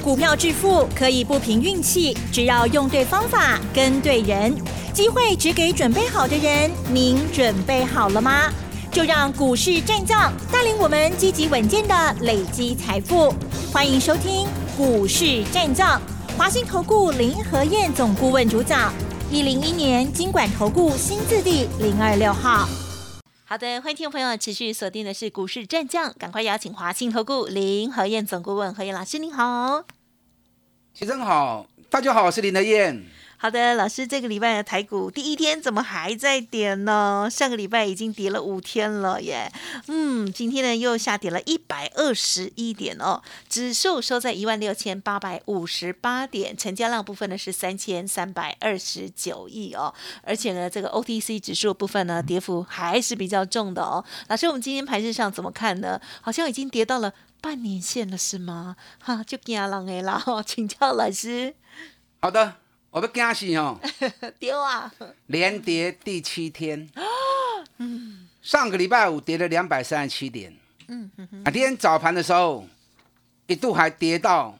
股票致富可以不凭运气，只要用对方法、跟对人，机会只给准备好的人。您准备好了吗？就让股市战将带领我们积极稳健的累积财富。欢迎收听股市战将，华信投顾林和彥总顾问主讲，101年金管投顾新字第026号。好的，欢迎听众朋友持续锁定的是股市战将，赶快邀请华信投顾林和彥总顾问和彥老师，您好。 齐真好，大家好，我是林和彥。 好的，老师，这个礼拜的台股第一天怎么还在跌呢？上个礼拜已经跌了5天了耶。今天呢又下跌了121点哦，指数收在16858点，成交量部分呢是3329亿哦，而且呢这个 OTC 指数部分呢跌幅还是比较重的哦。老师，我们今天盘势上怎么看呢？好像已经跌到了半年线了，是吗？哈，就惊人的啦，请教老师。 好的。我要惊死哦！ 丢啊！ 连跌第7天。上个礼拜五跌了237点。今天早盘的时候，一度还跌到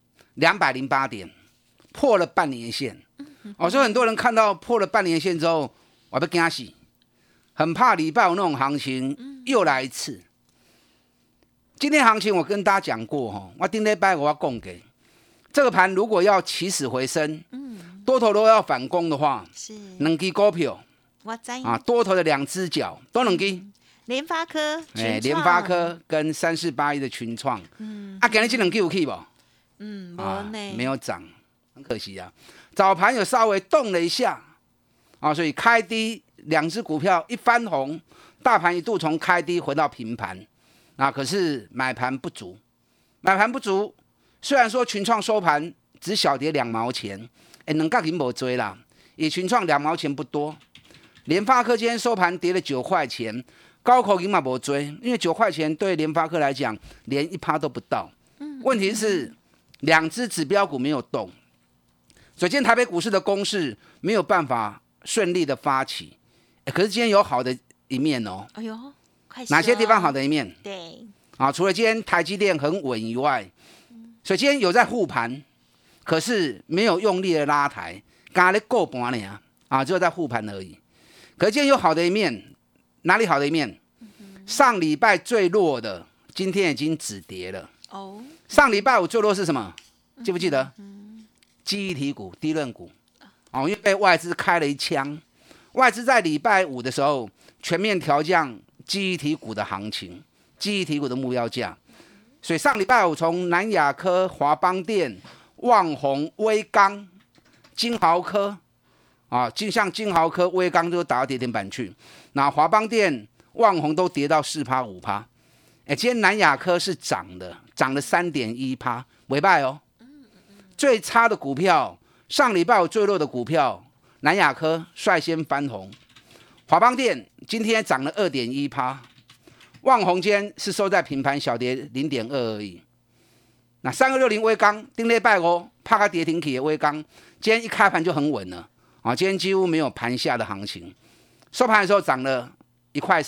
208点，破了半年线。所以很多人看到破了半年线之后，我要惊死，很怕礼拜五那种行情又来一次。今天行情我跟大家讲过，我顶礼拜我要讲给这个盘，如果要起死回生。多头如果要反攻的话，是两支股票，我知啊，多头的2只脚都能给联发科， 联发科跟3481的群创，今天这两支有去不？没有涨，很可惜啊。早盘有稍微动了一下所以开低2只股票一翻红，大盘一度从开低回到平盘可是买盘不足，虽然说群创收盘只小跌2毛钱。两角已经没追啦，以群创2毛钱不多。联发科今天收盘跌了9块钱，高口已经没追，因为9块钱对联发科来讲连1%都不到。问题是2只指标股没有动，所以今天台北股市的攻势没有办法顺利的发起。可是今天有好的一面哦。哎呦，哪些地方好的一面？对，除了今天台积电很稳以外，所以今天有在护盘。可是没有用力的拉抬，刚才够盘呢只有在护盘而已。可是今天有好的一面，哪里好的一面？上礼拜最弱的，今天已经止跌了。上礼拜五最弱是什么？记不记得？记忆体股、低润股因为被外资开了一枪。外资在礼拜五的时候全面调降记忆体股的行情，记忆体股的目标价。所以上礼拜五从南亚科、华邦电、旺宏、威刚、金豪科像金豪科、威刚都打到跌停板去，那华邦电、旺宏都跌到4%、5%。今天南亚科是涨的，涨了3.1%，不错哦。最差的股票，上礼拜五最弱的股票，南亚科率先翻红，华邦电今天涨了2.1%，旺宏今天是收在平盘，小跌0.2而已。那3260威刚，顶礼拜五怕它跌停起的威刚，今天一开盘就很稳了今天几乎没有盘下的行情，收盘的时候涨了1块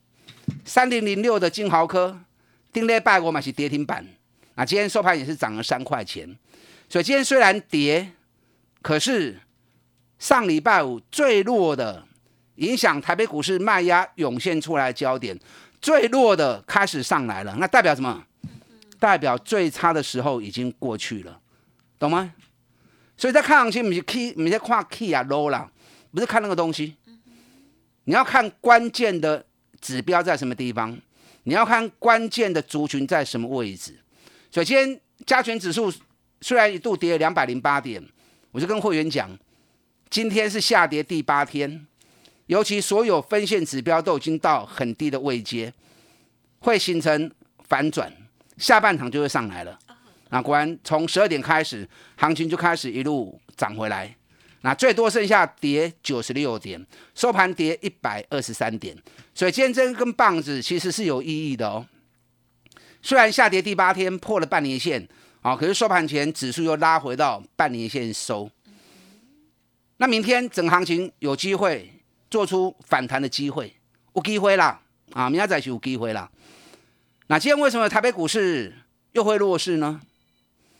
3。3006的金豪科，顶礼拜五也是跌停板，今天收盘也是涨了3块钱。所以今天虽然跌，可是上礼拜五最弱的，影响台北股市卖压涌现出来的焦点，最弱的开始上来了，那代表什么？代表最差的时候已经过去了，懂吗？所以在看行情，不是看 key low 啦，不是看那个东西，你要看关键的指标在什么地方，你要看关键的族群在什么位置。所以今天加权指数虽然一度跌了208点，我就跟会员讲，今天是下跌第8天，尤其所有分线指标都已经到很低的位阶，会形成反转。下半场就会上来了，那果然从12点开始，行情就开始一路涨回来，那最多剩下跌96点，收盘跌123点，所以今天这根棒子其实是有意义的哦。虽然下跌第8天破了半年线可是收盘前指数又拉回到半年线收。那明天整行情有机会做出反弹的机会，有机会啦明仔载是有机会啦。那今天为什么台北股市又会弱势呢？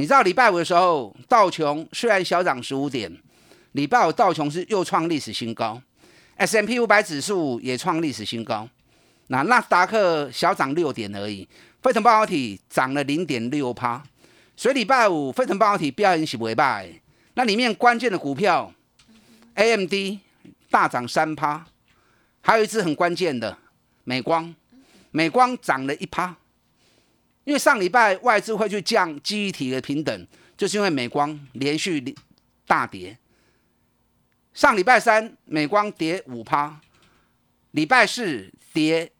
你知道礼拜五的时候，道琼虽然小涨15点，礼拜五道琼是又创历史新高 ，S&P 500指数也创历史新高。那纳斯达克小涨6点而已，费城半导体涨了0.6%，所以礼拜五费城半导体表现是不错。那里面关键的股票 ，AMD 大涨3%，还有一只很关键的美光涨了1%。因为上礼拜外资会去降记忆体的平等，就是因为美光连续大跌。上礼拜三美光跌5%，礼拜四跌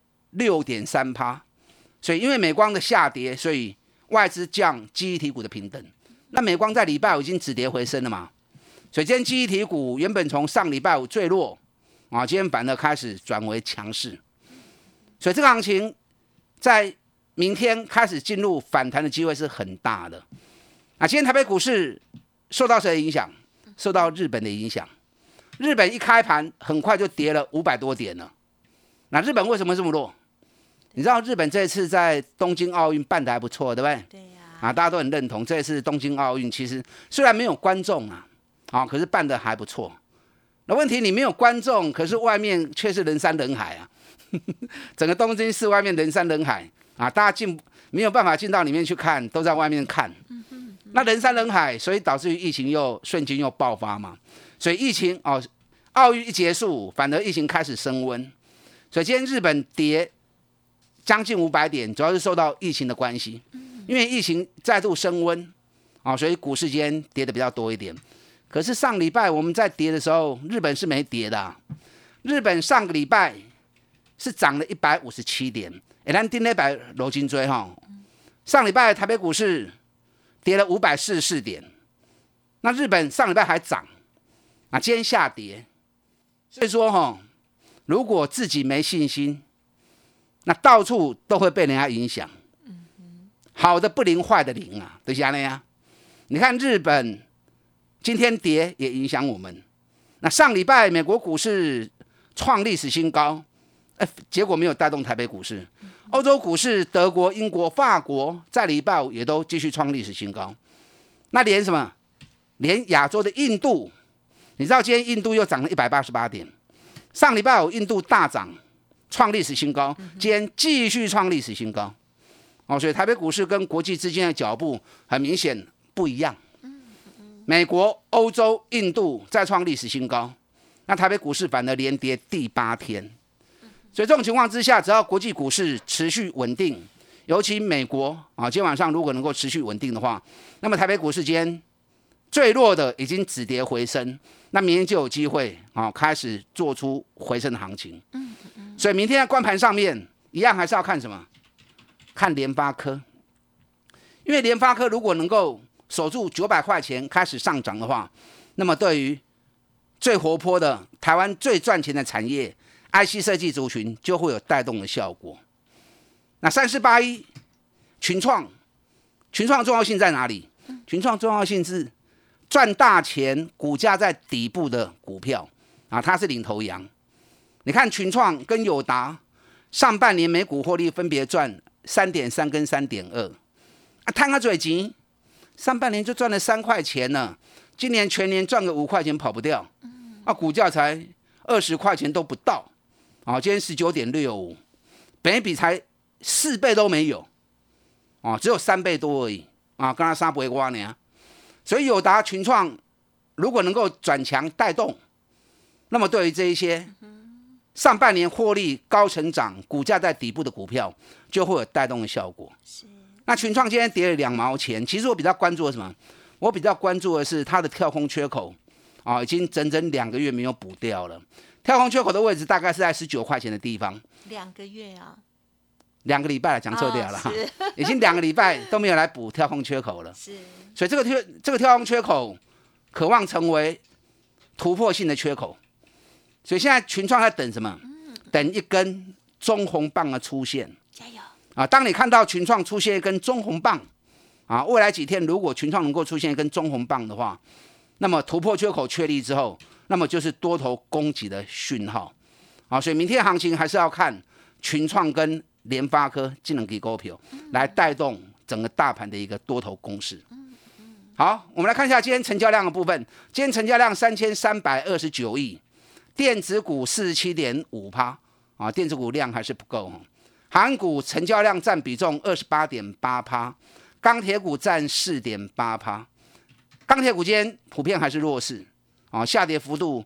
6.3%，所以因为美光的下跌，所以外资降记忆体股的平等。那美光在礼拜五已经止跌回升了嘛，所以今天记忆体股原本从上礼拜五最弱啊，今天反而开始转为强势，所以这个行情在明天开始进入反弹的机会是很大的。那今天台北股市受到谁的影响？受到日本的影响。日本一开盘很快就跌了500多点了。那日本为什么这么弱？你知道日本这次在东京奥运办得还不错，对不对？ 对呀。 大家都很认同这次东京奥运其实虽然没有观众可是办得还不错。那问题你没有观众，可是外面却是人山人海啊，整个东京市外面人山人海。大家没有办法进到里面去看，都在外面看。那人山人海，所以导致于疫情又瞬间又爆发嘛。所以疫情奥运一结束，反而疫情开始升温。所以今天日本跌将近500点，主要是受到疫情的关系。因为疫情再度升温所以股市今天跌的比较多一点。可是上礼拜我们在跌的时候，日本是没跌的日本上个礼拜是涨了157点。咱顶礼拜落真多上礼拜台北股市跌了544点，那日本上礼拜还涨，今天下跌。所以说如果自己没信心，那到处都会被人家影响。好的不灵，坏的灵就是这样。你看日本今天跌也影响我们。那上礼拜美国股市创历史新高，结果没有带动台北股市。欧洲股市，德国、英国、法国在礼拜五也都继续创历史新高。那连什么？连亚洲的印度，你知道今天印度又涨了188点。上礼拜五印度大涨，创历史新高，今天继续创历史新高。所以台北股市跟国际之间的脚步很明显不一样。美国、欧洲、印度再创历史新高，那台北股市反而连跌第8天。所以这种情况之下，只要国际股市持续稳定，尤其美国今天晚上如果能够持续稳定的话，那么台北股市今天最弱的已经止跌回升，那明天就有机会开始做出回升的行情。所以明天在观盘上面一样还是要看什么？看联发科，因为联发科如果能够守住900块钱开始上涨的话，那么对于最活泼的台湾最赚钱的产业IC 设计族群就会有带动的效果。那3481群创重要性在哪里？群创重要性是赚大钱、股价在底部的股票它是领头羊。你看群创跟友达上半年每股获利分别赚 3.3 跟 3.2， 赚个多钱，上半年就赚了3块钱了，今年全年赚个5块钱跑不掉。股价才20块钱都不到。今天 19.65， 本益比才4倍都没有只有3倍多而已刚才3倍多呢。所以友达群创如果能够转强带动，那么对于这一些上半年获利高成长、股价在底部的股票，就会有带动的效果。那群创今天跌了2毛钱，其实我比较关注的是什么？我比较关注的是它的跳空缺口已经整整2个月没有补掉了。跳空缺口的位置大概是在19块钱的地方。 2个月啊 ？2个礼拜了，讲错掉了已经2个礼拜都没有来补跳空缺口了。所以这个跳空缺口渴望成为突破性的缺口。所以现在群创在等什么？等一根中红棒的出现。 加油当你看到群创出现一根中红棒未来几天如果群创能够出现一根中红棒的话，那么突破缺口确立之后，那么就是多头攻击的讯号所以明天的行情还是要看群创跟联发科这两支股票来带动整个大盘的一个多头攻势。 好，我们来看一下今天成交量的部分。今天成交量3329亿，电子股47.5%啊，电子股量还是不够。航股成交量占比重28.8%，钢铁股占4.8%。钢铁股今天普遍还是弱势啊，下跌幅度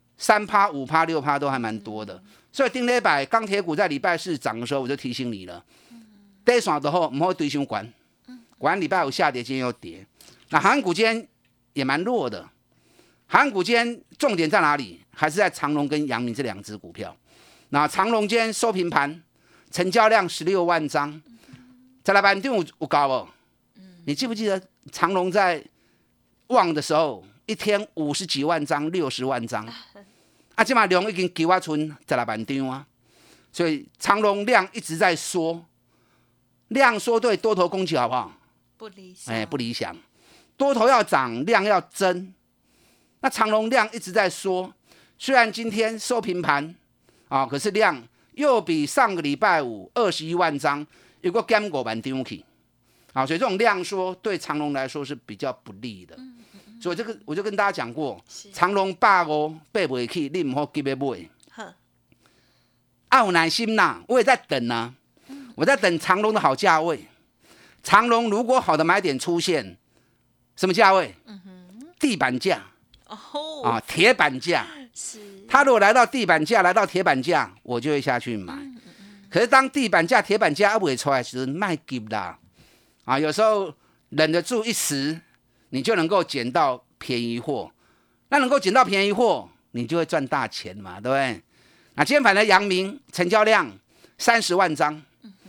3%、5%、6%都还蛮多的。所以顶礼拜钢铁股在礼拜四涨的时候，我就提醒你了，跌线之后不要追伤管，管礼拜五下跌，今天又跌。那航股今天也蛮弱的，航股今天重点在哪里？还是在长荣跟阳明这2只股票。那长荣今天收平盘，成交量16万张，在来板定有高不？你记不记得长荣在旺的时候，一天50几万张、60万张，啊，现在量已经9啊剩在来板定啊，所以长荣量一直在缩，量缩对多头攻击好不好？ 不理想， 不理想。多头要涨，量要增，那长荣量一直在缩，虽然今天收平盘啊，可是量又比上个礼拜五21万张有个减5万张去啊，所以这种量缩对长荣来说是比较不利的。所以我就跟大家讲过，长荣150买不起，你不好急着买。有耐心啦，我也在等啊，我在等长荣的好价位。长荣如果好的买点出现，什么价位？地板价啊，铁板价。它如果来到地板价，来到铁板价，我就会下去买。可是当地板价、铁板价不会出来时，卖急啦啊！有时候忍得住一时，你就能够捡到便宜货。那能够捡到便宜货，你就会赚大钱嘛，对不对？那今天反正阳明成交量30万张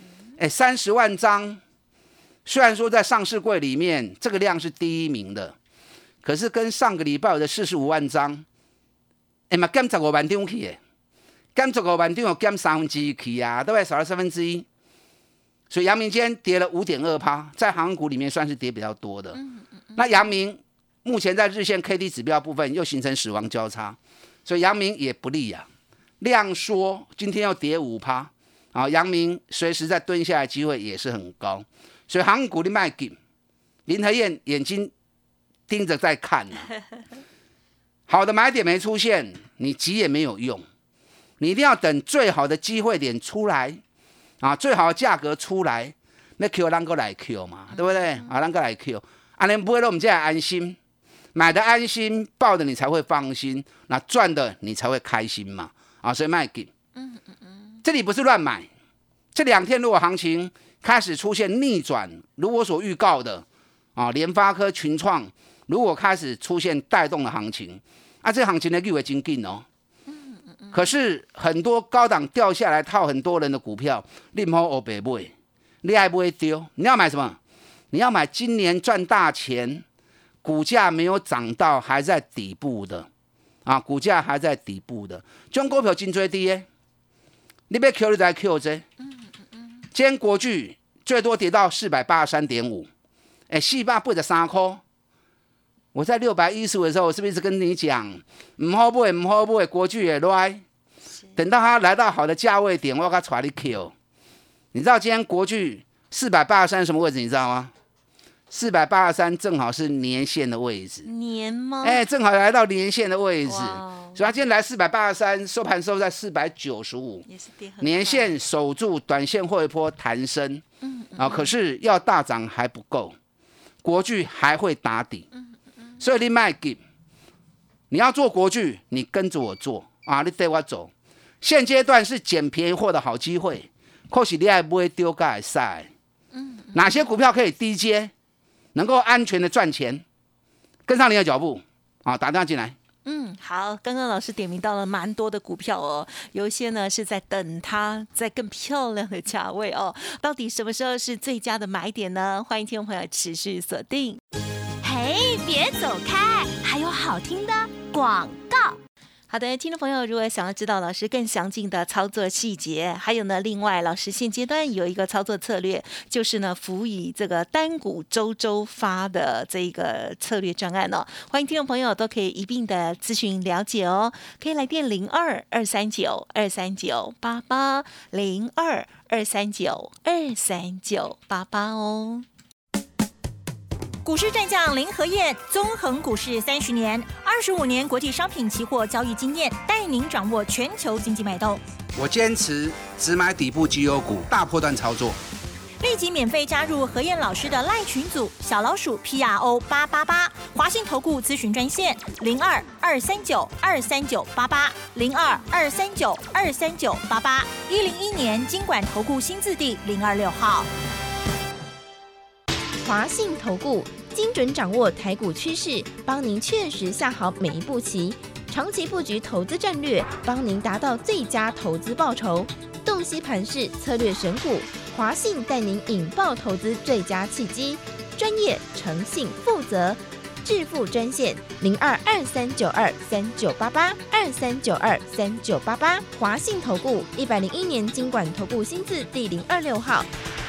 ，30万张。虽然说在上市柜里面这个量是第一名的，可是跟上个礼拜有的45万张，嘛减15万张去的，减15万张有减1/3去啊，对不对？少了1/3，所以阳明今天跌了5.2%，在航股里面算是跌比较多的。那阳明目前在日线 K D 指标部分又形成死亡交叉，所以阳明也不利啊。量缩，今天又跌5%，啊，阳明随时再蹲下来的机会也是很高。所以航股你卖紧，林和燕眼睛盯着在看好的买点没出现，你急也没有用，你一定要等最好的机会点出来啊，最好的价格出来，那 Q 咱个来 Q 嘛，对不对？啊，咱个来 Q， 安尼不会让我们这样安心，买的安心，抱的你才会放心，那赚的你才会开心嘛，啊，所以卖紧。这里不是乱买，这2天如果行情开始出现逆转，如我所预告的啊，联发科、群创如果开始出现带动的行情，啊，这个行情的率真紧哦。可是很多高档掉下来套很多人的股票，你不好黑白买，你还不会丢？你要买什么？你要买今年赚大钱，股价没有涨到还在底部的啊，股价还在底部的，这种股票真最低的，你要 Q 你再 Q 这。今天国巨最多跌到483.5， 483块。我在615的时候，我是不是一直跟你讲，不好买，不好买，国巨也来。等到它来到好的价位点，我要带你 Q。你知道今天国巨483什么位置？你知道吗？483正好是年线的位置。 年吗？ 正好来到年线的位置。所以它今天来483，收盘收在495， 也是跌很快， 年线守住，短线会一波弹升。可是要大涨还不够，国巨还会打底。所以你卖给，你要做国巨，你跟着我做啊，你带我走。现阶段是捡便宜货的好机会，或许你还不会丢盖赛。哪些股票可以低接，能够安全的赚钱？跟上你的脚步啊，打电话进来。 好，刚刚老师点名到了蛮多的股票哦，有一些呢是在等它在更漂亮的价位哦，到底什么时候是最佳的买点呢？欢迎听众朋友持续锁定。 嘿，别走开，还有好听的广告。 好的，听众朋友，如果想要知道老师更详尽的操作细节，还有呢，另外老师现阶段有一个操作策略，就是呢，辅以这个单股周发的这一个策略专案哦，欢迎听众朋友都可以一并的咨询了解哦，可以来电02-239-23988 02-239-23988哦。 股市战将林和燕，纵横股市30年，25年国际商品期货交易经验，带您掌握全球经济脉动。 我坚持只买底部绩优股，大波段操作。 立即免费加入何燕老师的赖群组，小老鼠 PRO888，华信投顾咨询专线02-239-23988，02-239-23988，101年金管投顾新字第026号。 华信投顾精准掌握台股趋势，帮您确实下好每一步棋，长期布局投资战略，帮您达到最佳投资报酬。洞悉盘势，策略选股，华信带您引爆投资最佳契机，专业、诚信、负责。致富专线02-2392-3988，2392-3988，华信投顾101年金管投顾新字第026号。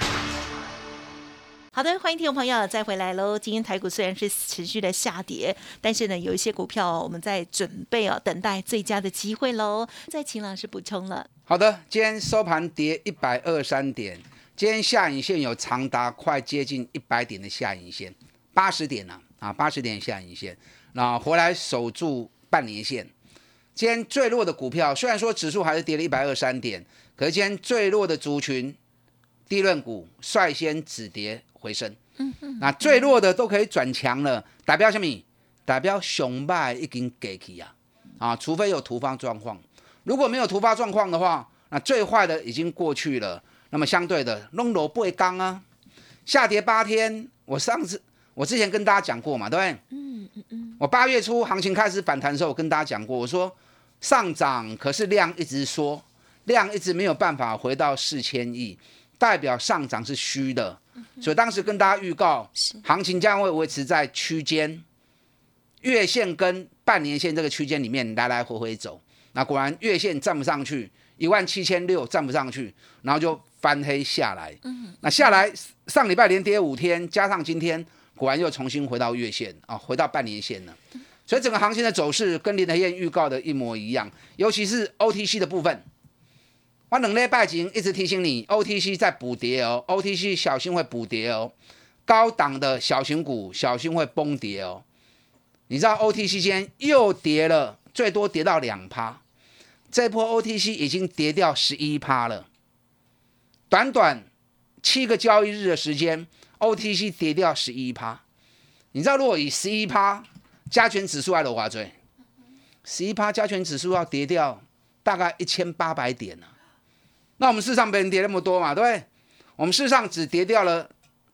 好的，欢迎听众朋友再回来喽。今天台股虽然是持续的下跌，但是呢，有一些股票我们在准备等待最佳的机会喽。再请老师补充了。 好的，今天收盘跌123点，今天下影线有长达快接近100点的下影线，80点80点下影线，那回来守住半年线。今天最弱的股票，虽然说指数还是跌了123点，可是今天最弱的族群，低润股率先止跌回升，那最弱的都可以转强了，代表什么？代表熊败已经过去除非有突发状况。如果没有突发状况的话，那最坏的已经过去了。那么相对的，弄落不会刚下跌8天，我之前跟大家讲过嘛，对不对？我8月初行情开始反弹的时候，我跟大家讲过，我说上涨可是量一直缩，量一直没有办法回到4000亿，代表上涨是虚的。所以当时跟大家预告，行情将会维持在区间，月线跟半年线这个区间里面来来回回走。那果然月线站不上去，17600站不上去，然后就翻黑下来。那下来上礼拜连跌5天，加上今天果然又重新回到月线回到半年线了。所以整个行情的走势跟林和燕预告的一模一样，尤其是 OTC 的部分。我2礼拜前一直提醒你 ，OTC 在补跌，OTC 小心会补跌高档的小型股小心会崩跌你知道 OTC 今天又跌了，最多跌到2%，这波 OTC 已经跌掉11%了。短短7个交易日的时间 ，OTC 跌掉11%。你知道如果以11%加权指数来的话，11%加权指数要跌掉大概1800点那我们市场被人跌那么多嘛，对不对？我们市场只跌掉了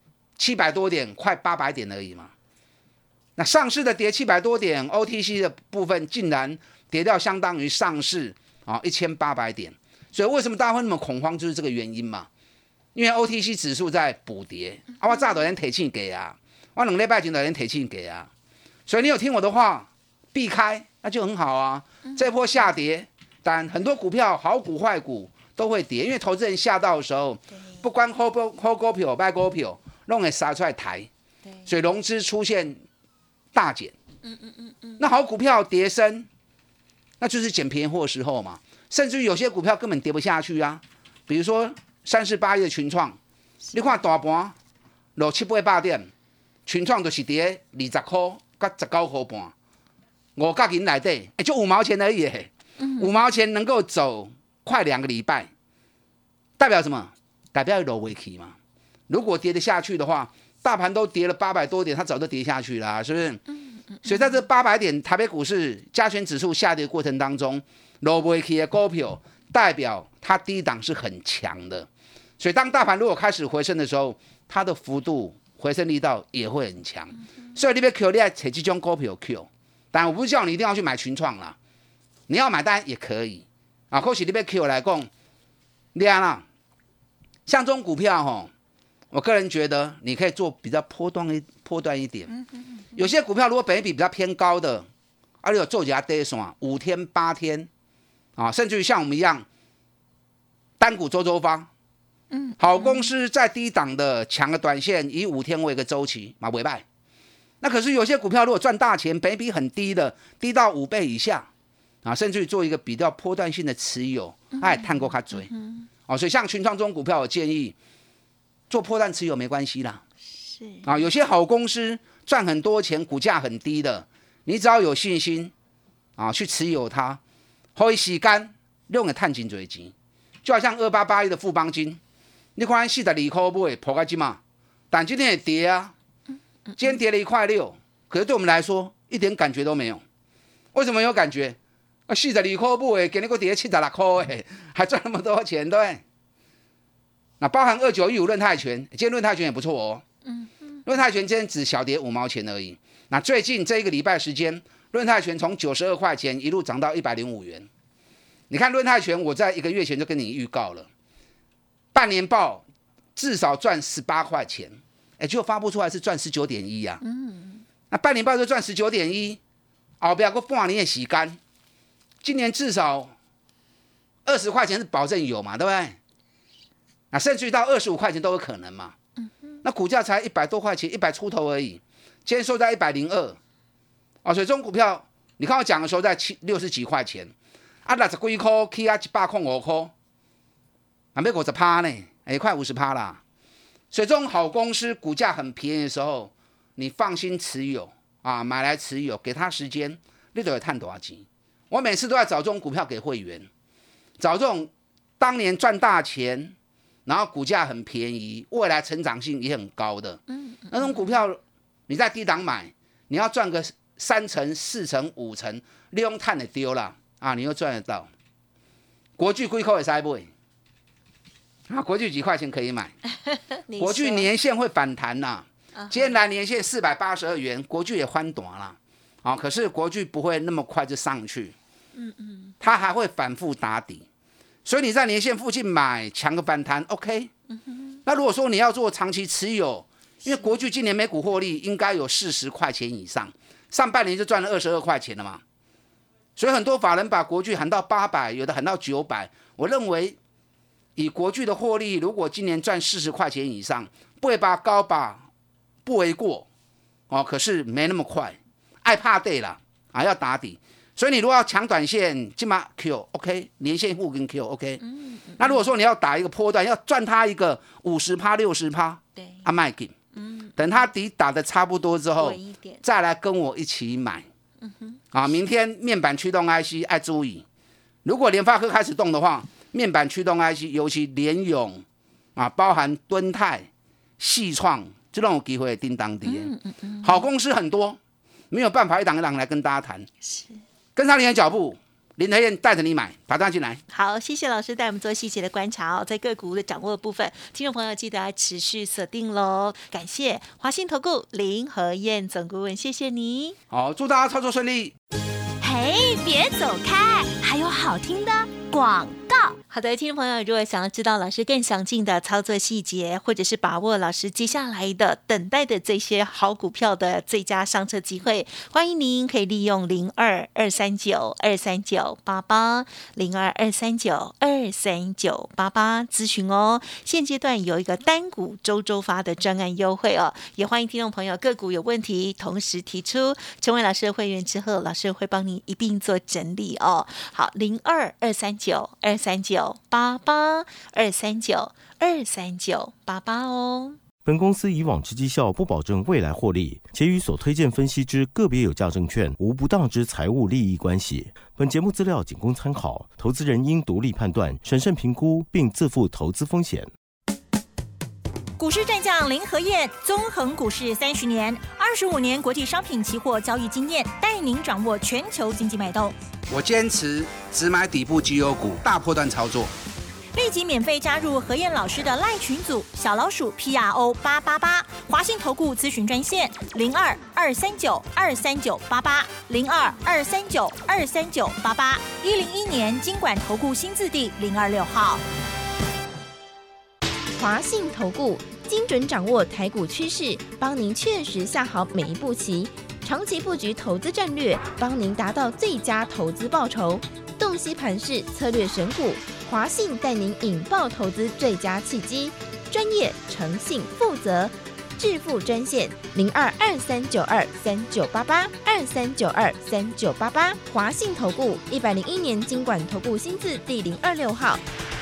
700多点，快800点而已嘛。那上市的跌700多点 ，OTC 的部分竟然跌掉相当于上市1800点。所以为什么大家会那么恐慌，就是这个原因嘛。因为 OTC 指数在补跌，我早就人提醒给我2礼拜前就人提醒给所以你有听我的话，避开那就很好这波下跌，但很多股票好股坏股都会跌，因为投资人下到的时候，不管好股票坏股票，都会杀出来抬，所以融资出现大减。那好股票跌升，那就是捡便宜货的时候嘛。甚至于有些股票根本跌不下去比如说3481的群创，你看大盘落700-800点，群创就是跌20块到19块半，5角银内底，就5毛钱而已，5毛钱能够走快2个礼拜，代表什么？代表落尾期嘛。如果跌得下去的话，大盘都跌了800多点，它早就跌下去了是不是？所以在这800点台北股市加权指数下跌的过程当中，落尾期的股票代表它低档是很强的。所以当大盘如果开始回升的时候，它的幅度回升力道也会很强。所以你要 Q， 你要找这种股票 Q。但我不是叫你一定要去买群创啦，你要买当然也可以或许你要 Q 来讲，你看像这种股票我个人觉得你可以做比较波段一点。有些股票如果本益比比较偏高的，你有做一下 day 线5天8天甚至于像我们一样单股周发。好公司在低档的强的短线，以5天为一个周期嘛，不败。那可是有些股票如果赚大钱，本益比很低的，低到5倍以下甚至于做一个比较波段性的持有，探过较多所以像群创这种股票，我建议做波段持有没关系啦。 有些好公司赚很多钱，股价很低的，你只要有信心去持有它，可以时间用的探金最钱，就好像2881的富邦金，你看42块买，破到这嘛，但今天也跌啊，今天跌了1.6块，可是对我们来说一点感觉都没有。为什么有感觉？42块买，今天又跌76块，还赚那么多钱，对不对？那包含2915润泰拳，今天润泰拳也不错哦。润泰拳今天只小跌5毛钱而已。那最近这一个礼拜时间，润泰拳从92块钱一路涨到105元。你看润泰拳，我在1个月前就跟你预告了，半年报至少赚18块钱，结果发布出来是赚19.1啊。那半年报就赚19.1，后边还有半年的时间，今年至少20块钱是保证有嘛，对不对？那甚至于到25块钱都有可能嘛。那股价才100多块钱，100出头而已，今天收在102，所以这种股票，你看我讲的时候在60几块钱，60几块起啊105块，要50%呢，也快50%啦。所以这种好公司股价很便宜的时候，你放心持有买来持有，给他时间，你就会赚多少钱。我每次都在找这种股票给会员，找这种当年赚大钱，然后股价很便宜，未来成长性也很高的，那种股票你在低档买，你要赚个3成、4成、5成，利用碳的丢了你又赚得到。国巨几块会使买？国巨几块钱可以买？国巨年线会反弹呐，今天来年线482元，国巨也翻短了，可是国巨不会那么快就上去，它还会反复打底。所以你在年线附近买，抢个反弹 ，OK。那如果说你要做长期持有，因为国巨今年每股获利应该有40块钱以上，上半年就赚了22块钱了嘛。所以很多法人把国巨喊到800，有的喊到900。我认为以国巨的获利，如果今年赚40块钱以上，不会把高把不为过可是没那么快，爱怕对啦要打底。所以你如果要抢短线，起码 Q OK， 年线附近 Q OK。那如果说你要打一个波段，要赚它一个50%、60%， 对， 卖给，等它底打的差不多之后，再来跟我一起买。明天面板驱动 IC 要注意，如果联发科开始动的话，面板驱动 IC， 尤其联咏包含敦泰、细创，这种有机会叮当跌。好公司很多，没有办法一档一档来跟大家谈。 是。 跟上你的脚步，林和燕带着你买，打单进来。 好，谢谢老师带我们做细节的观察在个股的掌握的部分，听众朋友记得要持续锁定喽。感谢华信投顾林和燕总顾问，谢谢你。 好，祝大家操作顺利。 嘿，别走开，还有好听的广告。 好的，听众朋友，如果想要知道老师更详尽的操作细节，或者是把握老师接下来的等待的这些好股票的最佳上车机会，欢迎您可以利用02-239-23988 02-239-23988咨询哦。现阶段有一个单股周发的专案优惠也欢迎听众朋友个股有问题同时提出，成为老师的会员之后，老师会帮你一并做整理好，02-239-23988 239-23988 本公司以往之绩效不保证未来获利，且与所推荐分析之个别有价证券无不当之财务利益关系。本节目资料仅供参考，投资人应独立判断、审慎评估，并自负投资风险。 股市战将林和燕，纵横股市30年，25年国际商品期货交易经验，带您掌握全球经济脉动。 我坚持只买底部绩优股，大波段操作。 立即免费加入和燕老师的LINE群组，小老鼠 PRO888，华信投顾咨询专线02-239-23988 02-239-23988， 101年金管投顾新字第026号。 华信投顾精准掌握台股趋势，帮您确实下好每一步棋，长期布局投资战略，帮您达到最佳投资报酬。洞悉盘势，策略选股，华信带您引爆投资最佳契机，专业、诚信、负责。致富专线02-2392-3988 2392-3988，华信投顾101年金管投顾新字第026号。